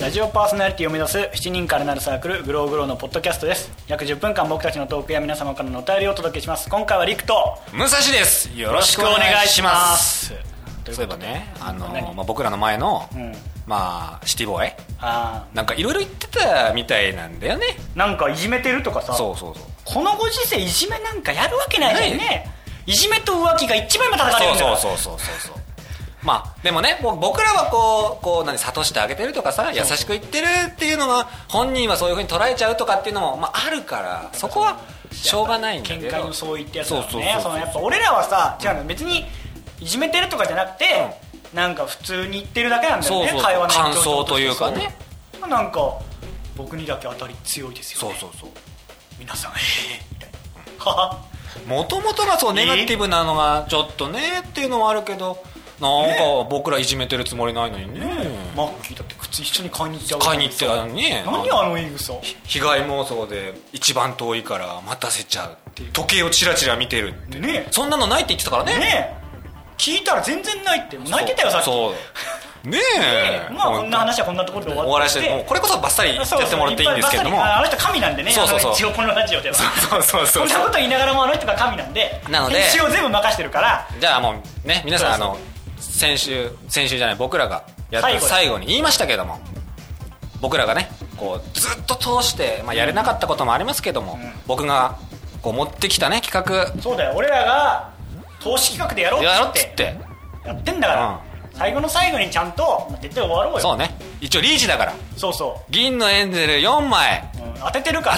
ラジオパーソナリティを目指す7人からなるサークルグローグローのポッドキャストです。約10分間僕たちのトークや皆様からのお便りをお届けします。今回はリクと武蔵です。よろしくお願いします。そういえばね、僕らの前の、シティボーイなんかいろいろ言ってたみたいなんだよね。 なんかいじめてるとかさ。 そうこのご時世いじめなんかやるわけないじゃんね。いじめと浮気が一番今叩かれるんだから。そうでもね、僕らはこう諭してあげてるとかさ、優しく言ってるっていうのが本人はそういう風に捉えちゃうとかっていうのも、あるからそこはしょうがないんだけど、 見解の相違ってやつだよね。やっぱ俺らはさ、違うの、別にいじめてるとかじゃなくて、なんか普通に言ってるだけなんだよね。会話の感想というかね。 なんか僕にだけ当たり強いですよね。 そう皆さんみたいな。 もともとがそうネガティブなのがちょっとねっていうのはあるけど、なんか僕らいじめてるつもりないのにね。 マッキーだって靴一緒に買いに行っちゃう。 買いに行ってたのにね。 何あの言い草。 被害妄想で一番遠いから待たせちゃうっていう、時計をチラチラ見てるってね。 そんなのないって言ってたからね。 聞いたら全然ないって。泣いてたよさっき。 そうねえ。 こんな話はこんなところで終わらせて、 もうこれこそバッサリやってもらっていいんですけども、 あの人神なんでね。一応このラジオではそうこんなこと言いながらもあの人が神なんで、 なので編集を全部任してるから。 じゃあもうね、皆さん先週じゃない、僕らがやった最後に言いましたけども、僕らがねこうずっと通して、やれなかったこともありますけども、僕がこう持ってきたね企画。そうだよ、俺らが投資企画でやろうっつってやってんだから、最後の最後にちゃんと絶対終わろうよ。 そうね、一応リーチだから。 そう銀のエンゼル4枚、 当ててるから、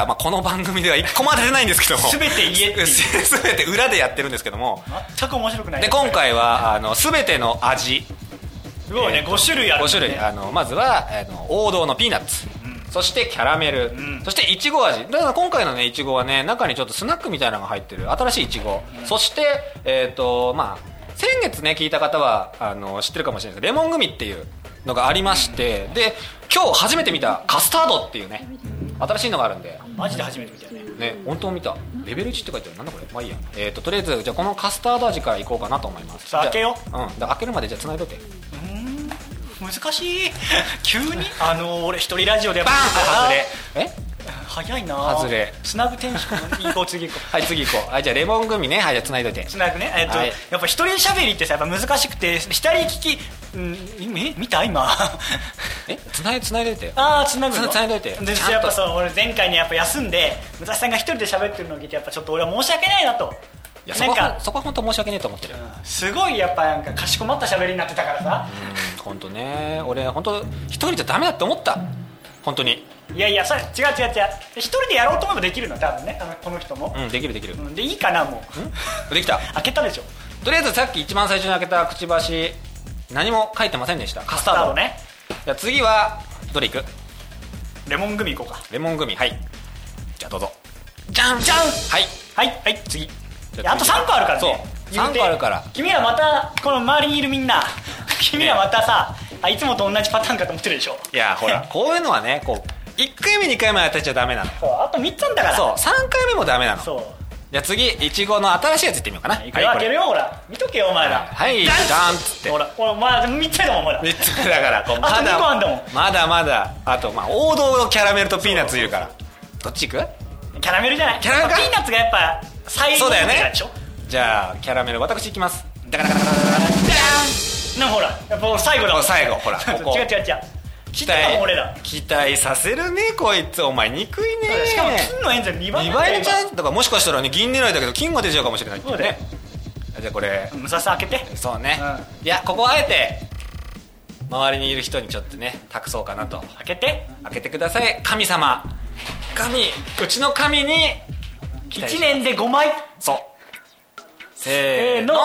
この番組では1個も当ててないんですけども、 全て言えっていう全て裏でやってるんですけども、 全く面白くない。 で今回は全ての味、 すごいね、5種類ある、 5種類。まずは王道のピーナッツ、そしてキャラメル、そしていちご味。だから今回のねいちごはね、中にちょっとスナックみたいなのが入ってる新しいいちご、そして先月ね聞いた方は知ってるかもしれないですけど、レモングミっていうのがありまして、で今日初めて見たカスタードっていうね新しいのがあるんで。 マジで初めて見たよね。 本当見た。レベル1って書いてある。なんだこれ。まあいいや。とりあえずじゃあこのカスタード味からいこうかなと思います。 さあ開けよう。開けるまでじゃあ繋いどけ。 難しい。急に俺一人ラジオでバーン外れ。 早いな。外れ。つなぐテンション。行こう次行こう。 はい次行こう。はいじゃあレモングミね。はいじゃあ繋いどいて。 繋ぐね。やっぱ一人喋りってさやっぱ難しくて、左利き見た今。 繋いどいて。 繋ぐの。繋いどいて。でやっぱ俺前回にやっぱ休んで武蔵さんが一人で喋ってるのを聞いて、やっぱちょっと俺は申し訳ないなと。 いやそこは本当申し訳ねえと思ってる。 すごいやっぱなんかかしこまった喋りになってたからさ。 本当ね、俺本当一人じゃダメだって思った。本当に。 いやそれ違う一人でやろうと思えばできるの多分ね、この人も。 できる。 でいいかな、もうできた。 開けたでしょ。 とりあえずさっき一番最初に開けたくちばし何も書いてませんでした。カスタードね。 じゃあ次はどれいく？ レモングミいこうか。 レモングミ、はい。じゃあどうぞ。じゃんはい次。あと3個あるからね。 そう3個あるから。 君らまたこの周りにいるみんな君らまたさ、いつもと同じパターンかと思ってるでしょ。 いやほらこういうのはね、こう1回目2回目当てちゃダメなの。 あと3つあんだから。 そう3回目もダメなの。 そう。 じゃあ次いちごの新しいやついってみようかな。 開けるよ。ほら見とけよお前ら。 はいじゃんっつって。 ほら3つ目だもんお前ら。 3つ目だから。あと2個あんだもん。 まだあと王道のキャラメルとピーナッツいるから。どっちいく？ キャラメルじゃない。 キャラメルか。 ピーナッツがやっぱ最後そうだよね。 でしょ。 じゃあキャラメル私いきます。 だからほらやっぱ最後だもん。 最後ほらここ。 違う期待させるねこいつ。お前憎いね。 しかも金のエンゼル2倍にちゃう。だからもしかしたらね銀狙いだけど金が出ちゃうかもしれないってね。じゃあこれ武蔵さん開けて。 そうね、いやここはあえて周りにいる人にちょっとね託そうかなと。 開けてください。神様、うちの神に 1年で5枚。 そうせーの。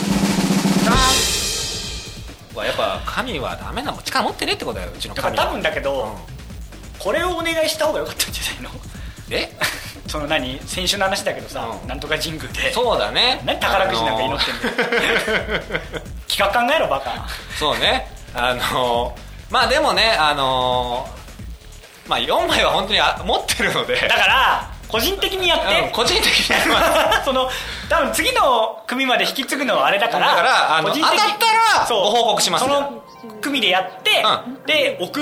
やっぱ神はダメなもん。力持ってねってことだようちの神は。 多分だけど、これをお願いした方が良かったんじゃないの。その先週の話だけどさ、なんとか神宮で。 そうだね。 何宝くじなんか祈ってんの。企画考えろバカ。 そうね。でもね4枚は本当に持ってるので。 だから個人的にやって。 個人的にやります。 多分次の組まで引き継ぐのはあれだから。 当たったらご報告します。 組でやって、で送って、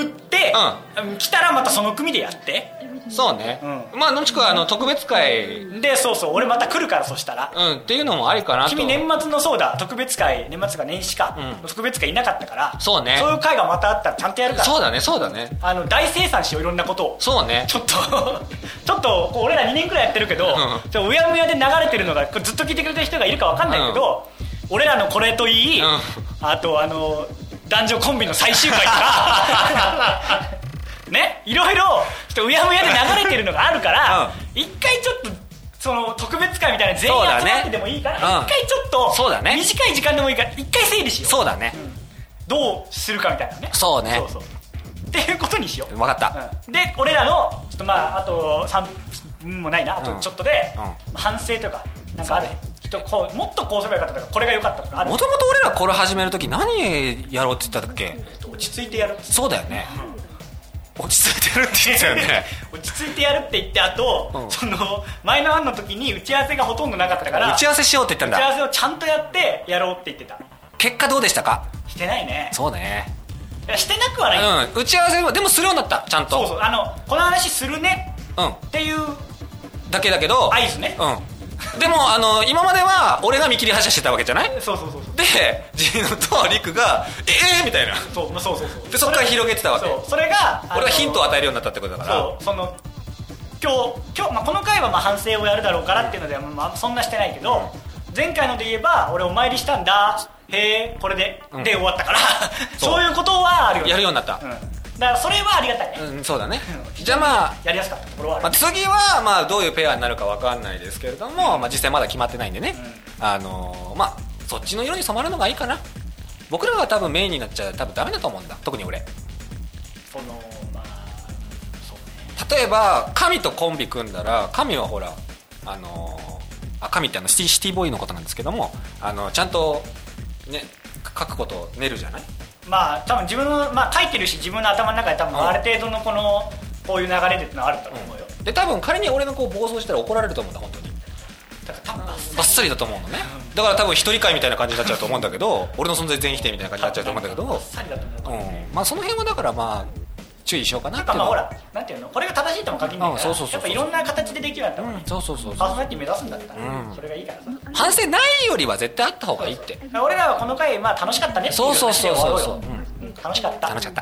来たらまたその組でやって、 そうね、まあもしくは特別会で、そう俺また来るから、そしたらっていうのもありかなと。 君年末のそうだ特別会、年末か年始か、特別会いなかったから、 そうね、 そういう会がまたあったらちゃんとやるから。 そうだね大生産しよう、いろんなことを。 そうね、 ちょっと俺ら2年くらいやってるけど、うやむやで流れてるのがずっと聞いてくれてる人がいるか分かんないけど、俺らのこれといい、あと男女コンビの最終回とかね、いろいろちょっとうやむやで流れてるのがあるから、一回ちょっとその特別会みたいな全員集まってでもいいから、一回ちょっと短い時間でもいいから一回整理しよう。 そうだね、 どうするかみたいなね。 そうね、 そうっていうことにしよう。 分かった、 で俺らのちょっとあと3分もないな、あとちょっとで、反省とかなんかある、もっとこうすればよかったとか、これがよかったとかある。 もともと俺らこれ始めるとき何やろうって言ったんだっけ。 落ち着いてやる。 そうだよね、落ち着いてやるって言ってたよね落ち着いてやるって言って、あと、その前の案の時に打ち合わせがほとんどなかったから、 打ち合わせしようって言ったんだ。 打ち合わせをちゃんとやってやろうって言ってた。 結果どうでしたか。 してないね。 そうね、 いやしてなくはない、 打ち合わせはでもするようになった、ちゃんと。 そうこの話するね、っていうだけだけど合図ね。 でも今までは俺が見切り発車してたわけじゃない。 そうでジーノとリクがみたいな、 そうでそっから広げてたわけ。 それが俺がヒントを与えるようになったってことだから。 今日、この回は反省をやるだろうからっていうのでは、そんなしてないけど、前回ので言えば俺お参りしたんだ、へえこれで、で終わったからそういうことはあるよね。 やるようになった、 だからそれはありがたいね。 そうだね。じゃあやりやすかったところはある。 次はどういうペアになるか分かんないですけれども、実際まだ決まってないんでね、そっちの色に染まるのがいいかな。僕らが多分メインになっちゃ多分ダメだと思うんだ、特に俺。例えば神とコンビ組んだら、神はほら神ってシティボーイのことなんですけども、ちゃんとね書くことを練るじゃない。多分自分の、書いてるし、自分の頭の中で多分ある程度のこういう流れでってのはあると思うよ。で多分仮に俺が暴走したら怒られると思うんだ、本当に。だから多分バッサリだと思うのね。だから多分一人会みたいな感じになっちゃうと思うんだけど俺の存在全否定みたいな感じになっちゃうと思うんだけど、バッサリだと思う。その辺はだから注意しようかなっていうのは。ほらなんていうの、これが正しいとも限らないから、やっぱいろんな形でできるようになったもんね。そうパーソナリティ目指すんだったらそれがいいからさ。反省ないよりは絶対あった方がいいって。俺らはこの回楽しかったねっていう話で終わろうよ。楽しかった。1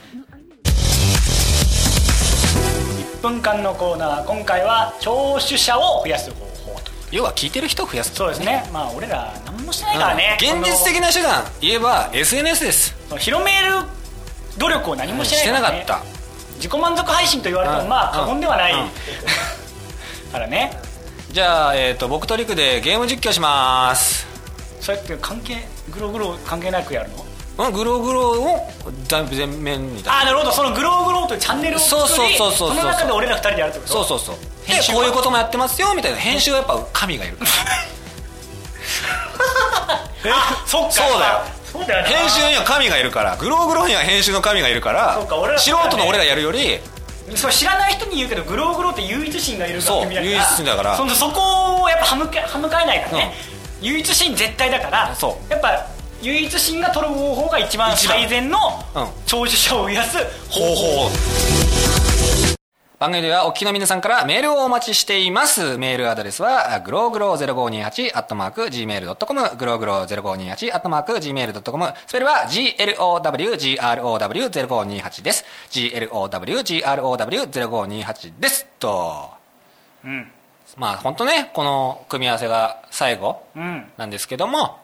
分間のコーナー、今回は聴取者を増やす方法と。要は聞いてる人を増やす。そうですね。俺ら何もしてないからね。現実的な手段言えば SNS です。広める努力を何もしてないからね。してなかった。自己満足配信と言われても過言ではないからね。じゃあ、僕とリクでゲーム実況します。それってグログロ関係なくやるの？グログロを全面に出す。なるほど。そのグログロというチャンネルを作り、その中で俺ら2人でやるってこと。そうでこういうこともやってますよみたいな。編集はやっぱ神がいるからそっか、そうだよ。編集には神がいるから、グログロには編集の神がいるから、素人の俺らやるより。知らない人に言うけど、グログロって唯一心がいるから。そう唯一心だから、そこをやっぱ歯向かえないからね。唯一心絶対だから、やっぱ唯一心が取る方法が一番最善の聴取者を増やす方法。番組ではお聞きの皆さんからメールをお待ちしています。メールアドレスはグローグロー0528@gmail.com、グローグロー0528@gmail.com、スペルは glowgrow0528 です。glowgrow0528 ですと。本当ね、この組み合わせが最後なんですけども、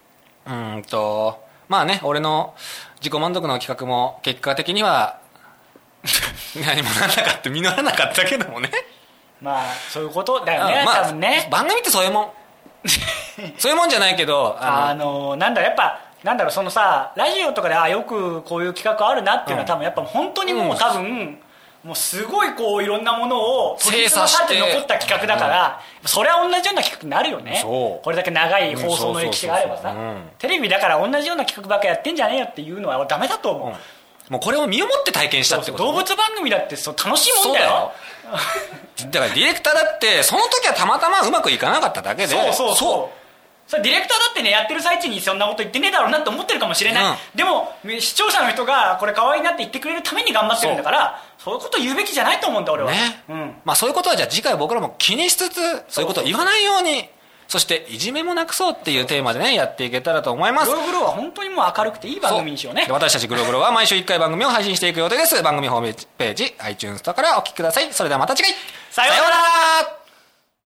俺の自己満足の企画も結果的には何もなんなかった、実らなかったけどもね。そういうことだよね。多分ね、番組ってそういうもんそういうもんじゃないけど、やっぱそのさ、ラジオとかでよくこういう企画あるなっていうのは多分やっぱ本当にもう多分もうすごいいろんなものを取り出して残った企画だから、それは同じような企画になるよね。これだけ長い放送の歴史があればさ、テレビだから同じような企画ばっかやってんじゃねえよっていうのはダメだと思う。もうこれを身をもって体験したってこと。動物番組だって楽しいもんだよ。だからディレクターだってその時はたまたまうまくいかなかっただけで、 それディレクターだってねやってる最中にそんなこと言ってねえだろうなって思ってるかもしれない、でも視聴者の人がこれ可愛いなって言ってくれるために頑張ってるんだから、そういうこと言うべきじゃないと思うんだ俺はね、まあそういうことはじゃあ次回僕らも気にしつつそういうことを言わないように、そしていじめもなくそうっていうテーマでねやっていけたらと思います。 グログロは本当にもう明るくていい番組にしようね。 私たちグログロは毎週1回番組を配信していく予定です。番組ホームページ iTunes とからお聞きください。それではまた次回、 さようなら。